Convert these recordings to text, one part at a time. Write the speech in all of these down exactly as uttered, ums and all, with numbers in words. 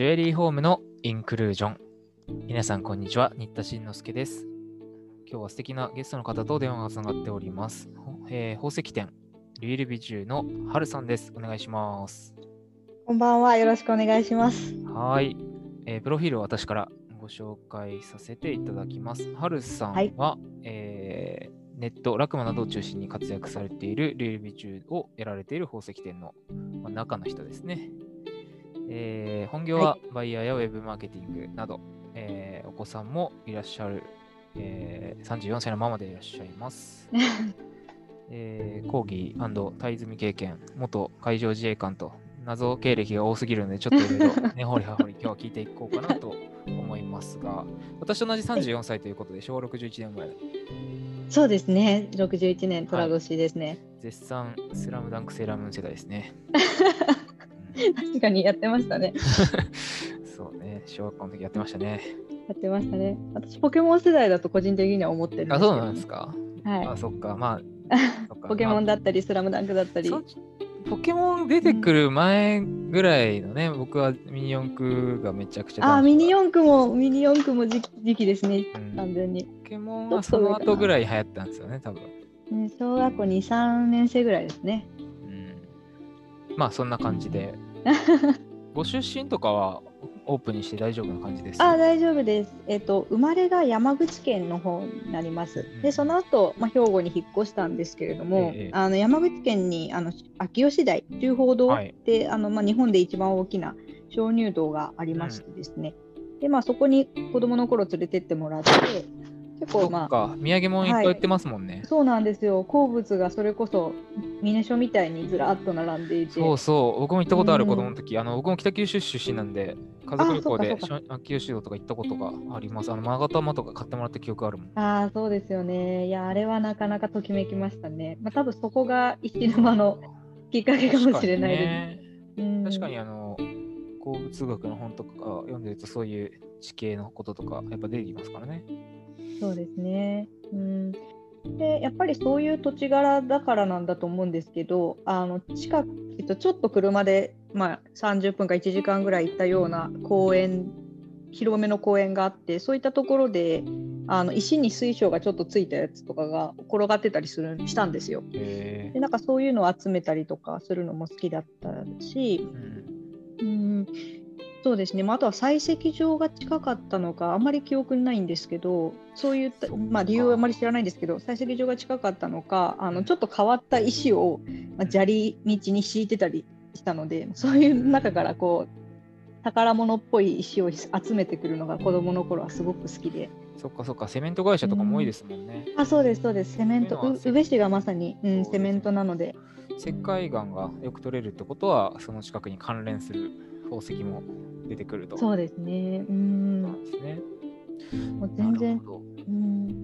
エリーホームのインクルージョン。皆さんこんにちは、新田慎之介です。今日は素敵なゲストの方と電話がつながっております。えー、宝石店リュイルビジュのはるさんです。お願いします。 こんばんは、よろしくお願いします。 はい、えー、プロフィールを私からご紹介させていただきます。はるさんは、はいえー、ネット、ラクマなどを中心に活躍されているリュイルビジュをやられている宝石店の、まあ、中の人ですね。えー、本業はバイヤーやウェブマーケティングなど、はいえー、お子さんもいらっしゃる、えー、さんじゅうよんさいのママでいらっしゃいます。えー、講義&タイ積み経験、元海上自衛官と謎経歴が多すぎるので、ちょっといろいろ根掘り葉掘り今日は聞いていこうかなと思いますが、私と同じさんじゅうよんさいということで、昭和ろくじゅういちねん生まれ。 そうですね、ろくじゅういちねん寅年ですね。はい、 絶賛スラムダンクセーラームーン世代ですね。 確かにやってましたね。 そうね、小学校の時やってましたね。 やってましたね。私、ポケモン世代だと個人的には思ってるんですけど。 あ、そうなんですか。 はい。 あ、そっか。まあ、ポケモンだったり、まあ、スラムダンクだったり。 ポケモン出てくる前ぐらいのね、うん、僕はミニ四駆がめちゃくちゃ。 あ、ミニ四駆も、ミニ四駆も時期時期ですね、うん、完全に。 ポケモンはその後ぐらい流行ったんですよね、多分。 うん、小学校に、さんねん生ぐらいですね。 うん、まあ、そんな感じで。ご出身とかはオープンにして大丈夫な感じですか？ あ、大丈夫です。えっと、生まれが山口県の方になります。で、その後、まあ、兵庫に引っ越したんですけれども、ええ、あの山口県にあの秋吉台中宝堂って、はい、あのまあ、日本で一番大きな鍾乳洞がありましてですね、うん、でまあ、そこに子供の頃連れてってもらって、結構まあ、 そっか、土産物いっぱい売ってますもんね、はい。 そうなんですよ。鉱物がそれこそ峰所みたいにずらっと並んでいて。 そうそう、僕も行ったことある子供の時、あの僕も北九州出身なんで、家族旅行で秋吉堂とか行ったことがあります。あの勾玉とか買ってもらった記憶あるもん。 ああ、そうですよね。いや、あれはなかなかときめきましたね。まあ、多分そこが石沼のきっかけかもしれないです。ねうん、確かにあの鉱物学の本とか読んでるとそういう地形のこととかやっぱ出てきますからね。 そうですね。うん、でやっぱりそういう土地柄だからなんだと思うんですけど、あの近く、えっと、ちょっと車で、まあ、さんじゅっぷんかいちじかんぐらい行ったような公園、広めの公園があって、そういったところであの石に水晶がちょっとついたやつとかが転がってたりするしたんですよ。でなんかそういうのを集めたりとかするのも好きだったし、うん、うんそうですね、まあ、あとは採石場が近かったのかあんまり記憶にないんですけど、そういった、まあ、理由はあまり知らないんですけど、採石場が近かったのか、あのちょっと変わった石を、まあ、砂利道に敷いてたりしたので、そういう中からこう宝物っぽい石を集めてくるのが子どもの頃はすごく好きで。 そっかそっか、セメント会社とかも多いですもんね。 うん、あ、そうですそうです、セメント、宇部市がまさに、うん、セメントなので。 石灰岩がよく取れるってことは、その近くに関連する宝石も出てくると。 そうですね。うん。 そうですね。 もう全然、うん、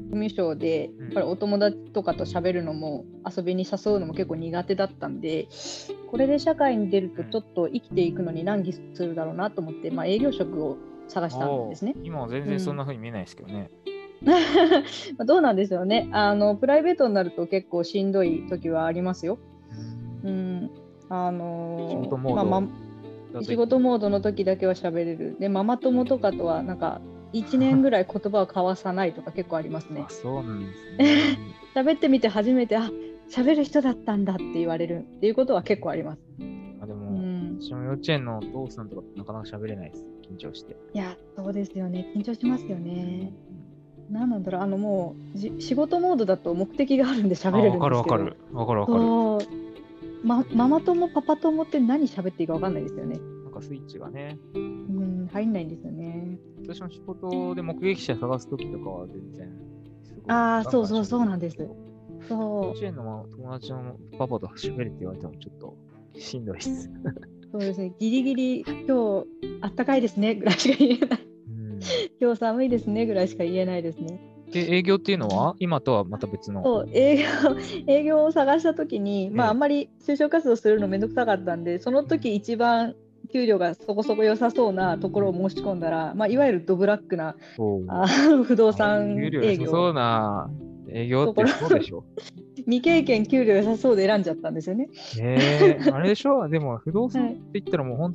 コミュ障で、やっぱりお友達とかと喋るのも、うん、遊びに誘うのも結構苦手だったんで、これで社会に出るとちょっと生きていくのに難儀するだろうなと思って、まあ、営業職を探したんですね。 今は全然そんな風に見えないですけどね。 うん、どうなんでしょうね。あのプライベートになると結構しんどい時はありますよ。うん、あのー、 仕事モード、 まあま、仕事モードの時だけは喋れる。で、ママ友とかとはなんかいちねんぐらい言葉を交わさないとか結構ありますね。 あ、そうなんですね。 喋ってみて初めて、あ、喋る人だったんだって言われるっていうことは結構あります。 あ、でも、うん、私も幼稚園のお父さんとかなかなか喋れないです。緊張して。 いや、そうですよね。緊張しますよね。なんなんだろう、あのもうじ仕事モードだと目的があるんで喋れるんですけど。 わかるわかるわかるわかる。 ま、ママ友パパ友って何喋っていいか分かんないですよね。 なんかスイッチがね、 うん、入んないんですよね。 私の仕事で目撃者探すときとかは全然すごい。 ああ、そうそうそうなんです。そう。 幼稚園の友達のパパと喋れって言われてもちょっとしんどいです。 そうですね、ギリギリ今日あったかいですねぐらいしか言えない。うん、今日寒いですねぐらいしか言えないですね。 で、営業っていうのは今とはまた別の。 そう、営業、営業を探したときに、まあ、あんまり就職活動するのめんどくさかったんで、その時一番給料がそこそこ良さそうなところを申し込んだら、まあ、いわゆるドブラックなあ不動産営業。 給料良さそうな営業ってそうでしょ。 未経験給料良さそうで選んじゃったんですよね。 えー、あれでしょでも不動産って言ったらもう本当に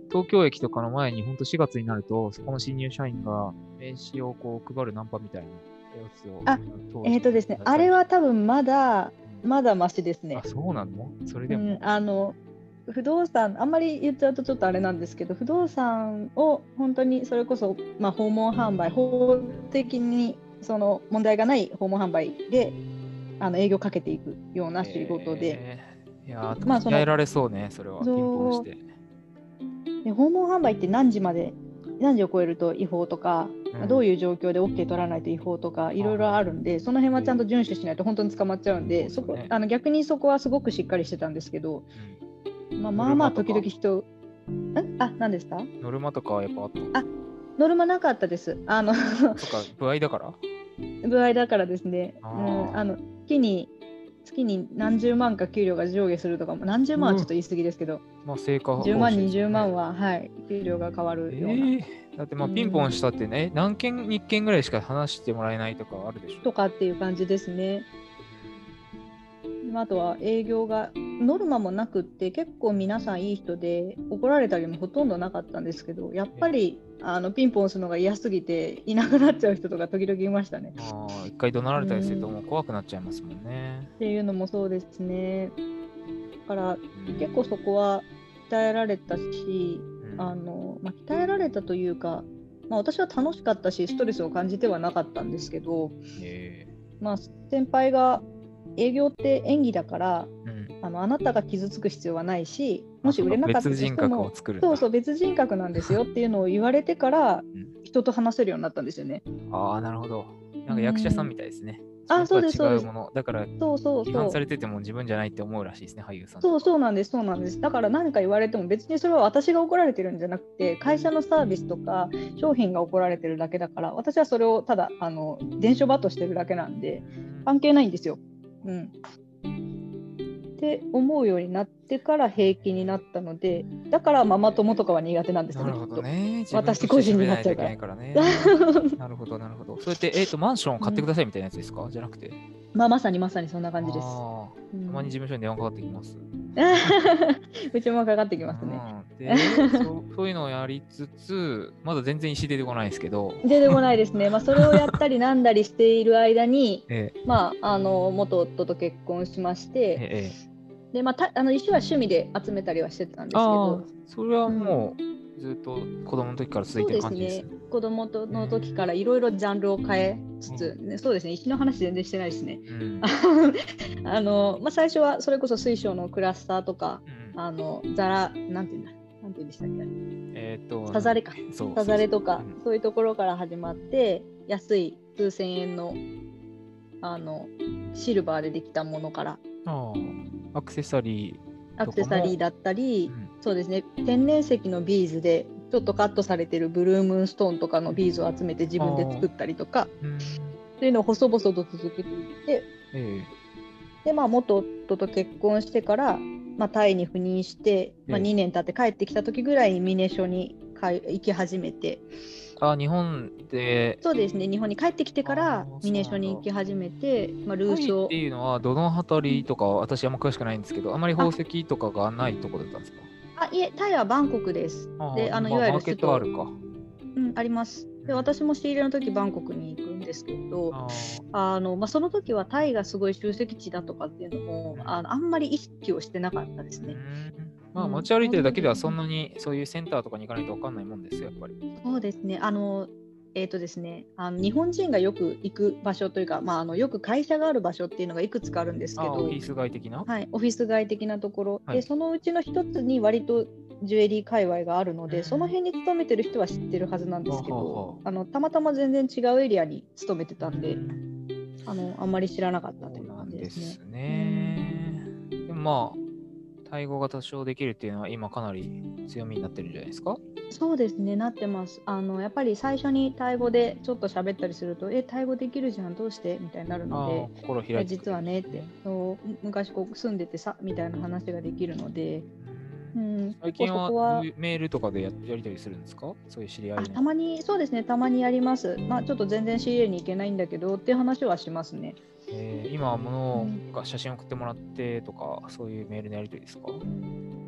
東京駅とかの前に、ほんとしがつになると、そこの新入社員が名刺をこう配るナンパみたいなやつを。 あ、えっ、ー、とですね、あれは多分まだ、まだマシですね。 あ、そうなの？それでも。 うん、あの不動産、あんまり言っちゃうとちょっとあれなんですけど、不動産を本当にそれこそ、まあ、訪問販売、法的にその問題がない訪問販売であの営業かけていくような仕事で、 えー、いやー、まあ、鍛えられそうね、それはピンポンして。 で訪問販売って何時まで、何時を超えると違法とか、うん、どういう状況で OK 取らないと違法とかいろいろあるんで、その辺はちゃんと遵守しないと本当に捕まっちゃうんで、えー、そこあの逆にそこはすごくしっかりしてたんですけど、うん、まあ、まあまあ時々人、あ、何ですか？ ノルマとかはやっぱあった？ あ、ノルマなかったです。あのそっか、部合だから部合だからですね。あ、うん、あの月に月に何十万か給料が上下するとかも、何十万はちょっと言い過ぎですけど、 うん、まあ成果報酬、ね、 じゅうまん、にじゅうまんは、はい、給料が変わるような。えー、だってまあピンポンしたってね、うん、何件にいっけんぐらいしか話してもらえないとかあるでしょ。 とかっていう感じですね。あとは営業がノルマもなくって結構皆さんいい人で怒られたりもほとんどなかったんですけど、やっぱりあのピンポンするのが嫌すぎていなくなっちゃう人とか時々いましたね。 ああ、一回怒鳴られたりするともう怖くなっちゃいますもんね。 っていうのもそうですね。だから結構そこは鍛えられたし、うん、あのまあ、鍛えられたというか、まあ、私は楽しかったしストレスを感じてはなかったんですけど、まあ、先輩が営業って演技だから、うん、あのあなたが傷つく必要はないし、もし売れなかったとしても、そうそう別人格なんですよっていうのを言われてから人と話せるようになったんですよね。 ああ、なるほど。なんか役者さんみたいですね。 うん、あ、そうですそうです。 違うものだからそうそうそう。 批判されてても自分じゃないって思うらしいですね、俳優さん。 そうそうなんですそうなんです。だから何か言われても別にそれは私が怒られてるんじゃなくて、会社のサービスとか商品が怒られてるだけだから、私はそれをただあの伝書バトしてるだけなんで関係ないんですよ。うん。って思うようになってから平気になったので、だからママ友とかは苦手なんですよね。 なるほどね。 私個人になっちゃうから。 からね、なるほどなるほど。そうやってえっ、ー、とマンションを買ってくださいみたいなやつですか、うん、じゃなくて。 まあまさにまさにそんな感じです。 あうん、たまに事務所に電話かかってきます。 うちもかかってきますね。 でそ う, そういうのをやりつつ、まだ全然石出てこないですけど。 出てこないですね。まあそれをやったりなんだりしている間に、ええ、まああの元夫と結婚しまして。ええでまあ、たあの石は趣味で集めたりはしてたんですけど、 それはもうずっと子供の時から続いてる感じです。 そうですね。子供の時からいろいろジャンルを変えつつ、ね、そうですね。石の話全然してないですね。うん、あのまあ、最初はそれこそ水晶のクラスターとか、うん、あのザラなんていうんだなんていうんでしたっけ、えー、っとサザレかサザレとか、うん、そういうところから始まって安い数千円のあのシルバーでできたものから。 あアクセサリーアクセサリーだったり、うん、そうですね、天然石のビーズでちょっとカットされてるブルームーンストーンとかのビーズを集めて自分で作ったりとか、うん、そういうのを細々と続けていって、えー、でまあ元夫と結婚してから、まあ、タイに赴任して、まあ、にねん経って帰ってきた時ぐらいに峰所に行き始めて。 あ、日本でそうですね、日本に帰ってきてから峰所に行き始めて、まあ、ルースを。 タイっていうのはどの辺りとか、私あんま詳しくないんですけど、あまり宝石とかがないところだったんですか？ あ、いえ、タイはバンコクです。 あで、あの、 まあ、 いわゆるマーケットあるか。 うん、あります。で、私も仕入れの時バンコクに行くんですけど、ああの、まあ、その時はタイがすごい集積地だとかっていうのも、あの、あんまり意識をしてなかったですね。 まあ、持ち歩いてるだけではそんなにそういうセンターとかに行かないと分かんないもんですよ、やっぱり。 そうですね。あの、えーとですね、あの日本人がよく行く場所というか、まあ、あのよく会社がある場所っていうのがいくつかあるんですけど、 オフィス街的な、 はい、オフィス街的なところ、はい、でそのうちの一つに割とジュエリー界隈があるので、その辺に勤めてる人は知ってるはずなんですけど、あのたまたま全然違うエリアに勤めてたんで、あのあんまり知らなかったという感じですね。 そうなんですね。でもまあタイ語が多少できるっていうのは今かなり強みになってるんじゃないですか？ そうですね、なってます。あのやっぱり最初にタイ語でちょっと喋ったりすると、え、タイ語できるじゃん、どうしてみたいになるので、 心開いて実はねって、そう昔こう住んでてさみたいな話ができるので、うん、 最近は, はメールとかで や, やりたりするんですか？そういう知り合いの。 たまに、そうですね、たまにやります。まあちょっと全然仕入れに行けないんだけどっていう話はしますね。 えー、今は物が写真送ってもらってとか、うん、そういうメールのやり取りですか？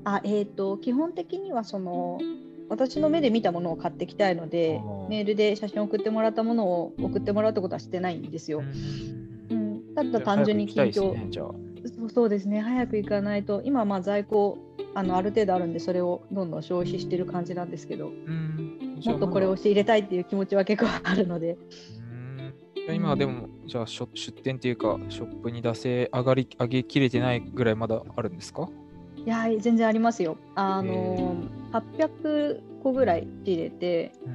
あ、えーと、基本的にはその私の目で見たものを買ってきたいので、メールで写真を送ってもらったものを送ってもらうってことはしてないんですよ。うん、ただ単純に近況、 ね、じゃあそう、そうですね、早く行かないと、今まあ在庫あのある程度あるんで、それをどんどん消費してる感じなんですけど、うん、もっとこれを仕入れたいっていう気持ちは結構あるので。 うん、今はでも、じゃあ出店っていうか、ショップに出せ上がり上げきれてないぐらいまだあるんですか？ いや、全然ありますよ。あのはっぴゃくこぐらい仕入れて、うん、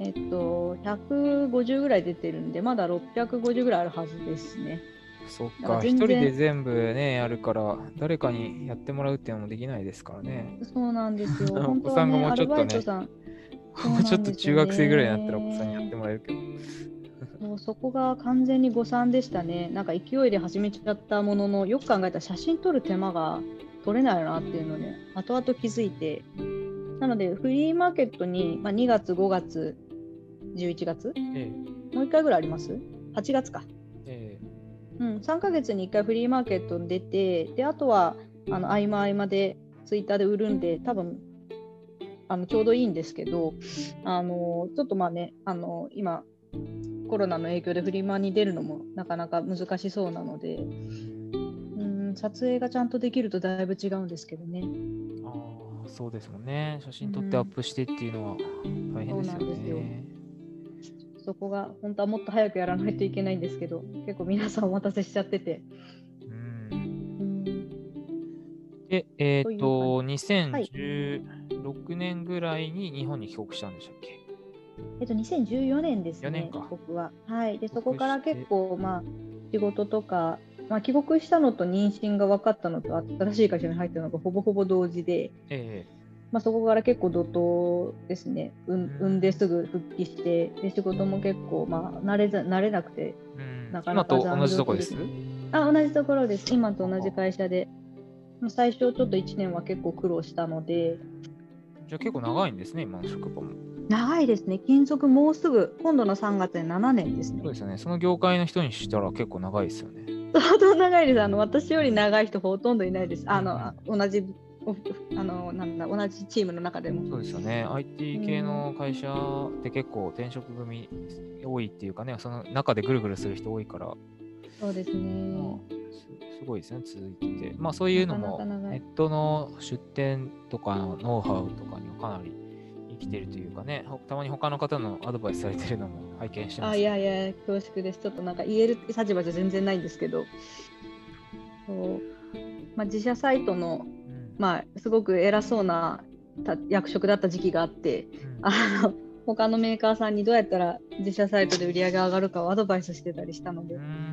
えっとひゃくごじゅうぐらい出てるんで、まだろっぴゃくごじゅうぐらいあるはずですね。 そっか、一人で全部ねやるから誰かにやってもらうっていうのもできないですからね。 そうなんですよ。 お子さんがもうちょっとね、もうちょっと中学生ぐらいになったらお子さんにやってもらえるけど。 もうそこが完全に誤算でしたね。なんか勢いで始めちゃったものの、よく考えたら写真撮る手間が取れないなっていうのね、後々気づいて。なのでフリーマーケットに、まあ、にがつ、ごがつ、じゅういちがつ、ええ、もういっかいぐらいあります？ はち 月か、ええ、うん、さんかげつにいっかいフリーマーケットに出て、であとはあの合間合間でツイッターで売るんで、多分あのちょうどいいんですけど、あのちょっとまあね、あの今コロナの影響でフリマに出るのもなかなか難しそうなので、うん、撮影がちゃんとできるとだいぶ違うんですけどね。 ああ、そうですもんね。写真撮ってアップしてっていうのは大変ですよね。うん、そうなんですよ。 そこが本当はもっと早くやらないといけないんですけど、結構皆さんお待たせしちゃってて。うん、 うん、で、えっ、ー、と、にせんじゅうろくねんぐらいに日本に帰国したんでしたっけ？ えっと、にせんじゅうよねんですね、僕は。はい。で、そこから結構、まあ、仕事とか、まあ、帰国したのと妊娠が分かったのと、新しい会社に入ったのがほぼほぼ同時で、えーまあ、そこから結構怒涛ですね、うん、産んですぐ復帰して、で仕事も結構、まあ、慣れざ慣れなくて、 なかなか今と同じところです？ あ、同じところです。今と同じ会社で。最初ちょっといちねんは結構苦労したので。 じゃあ結構長いんですね、今の職場も。 長いですね。勤続もうすぐ、今度のさんがつでななねんですね。 そうですよね。その業界の人にしたら結構長いですよね。 相当長いです。あの私より長い人ほとんどいないです。あの、うん、同じあのなんだ同じチームの中でも。 そうですよね。アイティー 系の会社って結構転職組多いっていうかね、その中でぐるぐるする人多いから。 そうですね。 まあ、す, すごいですね、続いてて。まあそういうのもネットの出店とかのノウハウとかにはかなり生きてるというかね、たまに他の方のアドバイスされてるのも拝見してます、ね。 あ、いやいや、恐縮です。ちょっとなんか言える立場じゃ全然ないんですけど、そうまあ、自社サイトの、うんまあ、すごく偉そうな役職だった時期があって、うん、あの他のメーカーさんにどうやったら自社サイトで売り上げ上がるかをアドバイスしてたりしたので、うん、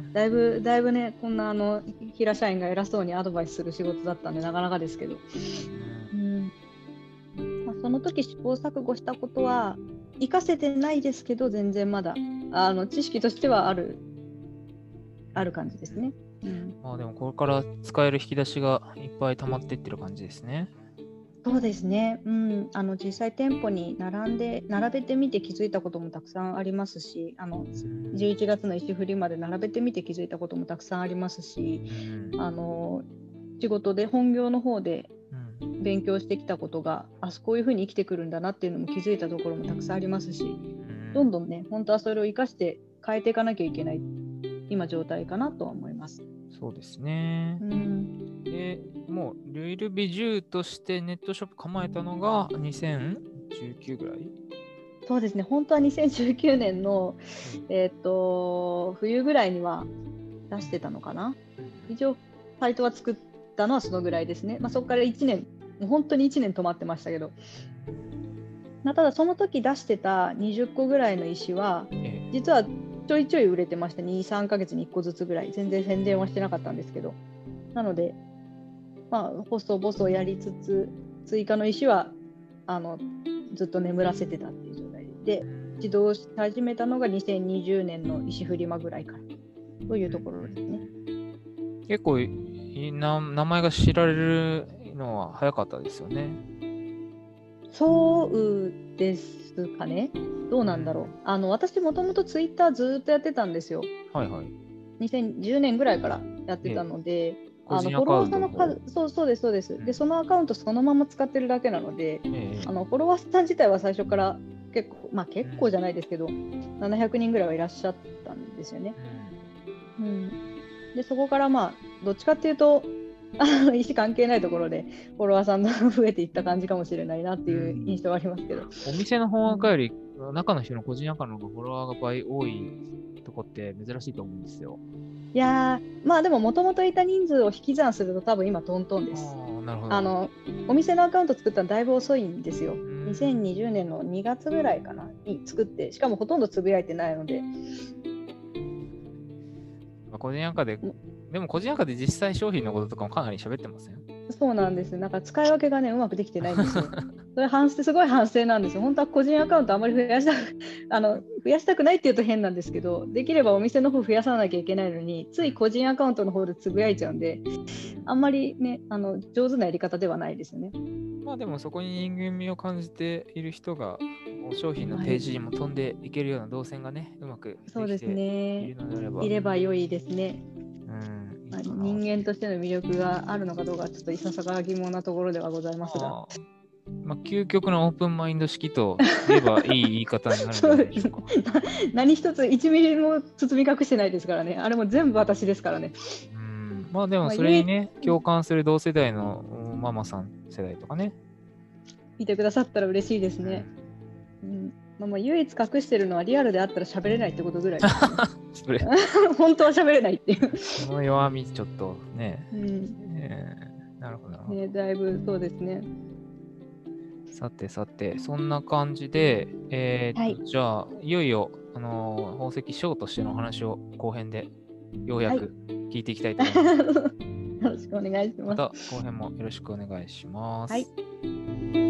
だいぶだいぶね、こんなあの平社員が偉そうにアドバイスする仕事だったんでなかなかですけど、うんまあ、その時試行錯誤したことは活かせてないですけど、全然まだあの知識としてはあるある感じですね。うん、 まあでもこれから使える引き出しがいっぱい溜まっていってる感じですね。 そうですね、うん、あの実際店舗に並んで並べてみて気づいたこともたくさんありますし、あのじゅういちがつの石振りまで並べてみて気づいたこともたくさんありますし、うん、あの仕事で本業の方で勉強してきたことが、あそこういうふうに生きてくるんだなっていうのも気づいたところもたくさんありますし、うん、どんどんね本当はそれを生かして変えていかなきゃいけない今状態かなとは思います。 そうですね。うん、でもうルイ・ル・ビジューとしてネットショップ構えたのがにせんじゅうきゅうぐらい？ そうですね、本当はにせんじゅうきゅうねんの、えー、と冬ぐらいには出してたのかな。一応サイトは作ったのはそのぐらいですね。まあ、そこからいちねん、もう本当にいちねん止まってましたけど、まあ、ただその時出してたにじゅっこぐらいの石は実はちょいちょい売れてました。に、さんかげつにいっこずつぐらい。全然宣伝はしてなかったんですけど。なので、まあ、細々やりつつ、追加の石はあのずっと眠らせてたっていう状態で、起動し始めたのがにせんにじゅうねんの石振り間ぐらいからというところですね。 結構な名前が知られるのは早かったですよね。 そうですかね。どうなんだろう。あの私もともとツイッターずっとやってたんですよ。はいはい。にせんじゅうねんぐらいからやってたので、 あのフォロワーさんの数、そうそうですそうです、うん、でそのアカウントそのまま使ってるだけなので、えー、あのフォロワーさん自体は最初から結構まあ結構じゃないですけど、うん、ななひゃくにんぐらいはいらっしゃったんですよね、うんうん、でそこからまあどっちかっていうと意思関係ないところでフォロワーさんが増えていった感じかもしれないなっていう印象はありますけど、うん、 お店の本アカより、うん、中の人の個人アカの方がフォロワーが倍多いとこって珍しいと思うんですよ。 いやーまあでももともといた人数を引き算すると多分今トントンです。 あ、なるほど。 あのお店のアカウント作ったのだいぶ遅いんですよ。にせんにじゅうねんのにがつぐらいかなに作って、しかもほとんどつぶやいてないので。 個人アカで、でも個人アカで実際商品のこととかもかなり喋ってますよ。 そうなんです。なんか使い分けがね、うまくできてないんですよ。それ反省、すごい反省なんですよ。本当は個人アカウントあまり増やしたあの増やしたくないっていうと変なんですけど、できればお店の方増やさなきゃいけないのに、つい個人アカウントの方でつぶやいちゃうんで、あんまりね、あの上手なやり方ではないですよね。 まあでもそこに人間味を感じている人が、商品のページにも飛んでいけるような動線がね、うまくできているのであれば、 いれば良いですね。うん、人間としての魅力があるのかどうかちょっといささか疑問なところではございますが、 あ、まあ、究極のオープンマインド式と言えばいい言い方になるんじゃないでしょうか。 何一ついちミリも包み隠してないですからね。あれも全部私ですからね。 うん、まあでもそれにね、まあ、共感する同世代のママさん世代とかね、 見てくださったら嬉しいですね。うんうん、まあ、まあ唯一隠してるのはリアルであったら喋れないってことぐらい、ね、それ本当は喋れないっていうその弱みちょっとね、 うんえー、なるほどなるほど、 ね、だいぶそうですね。 さてさてそんな感じで、えーとはい、じゃあいよいよ、あのー、宝石ショーとしての話を後編でようやく聞いていきたいと思います、はい、 よろしくお願いします。 また後編もよろしくお願いします。 はい。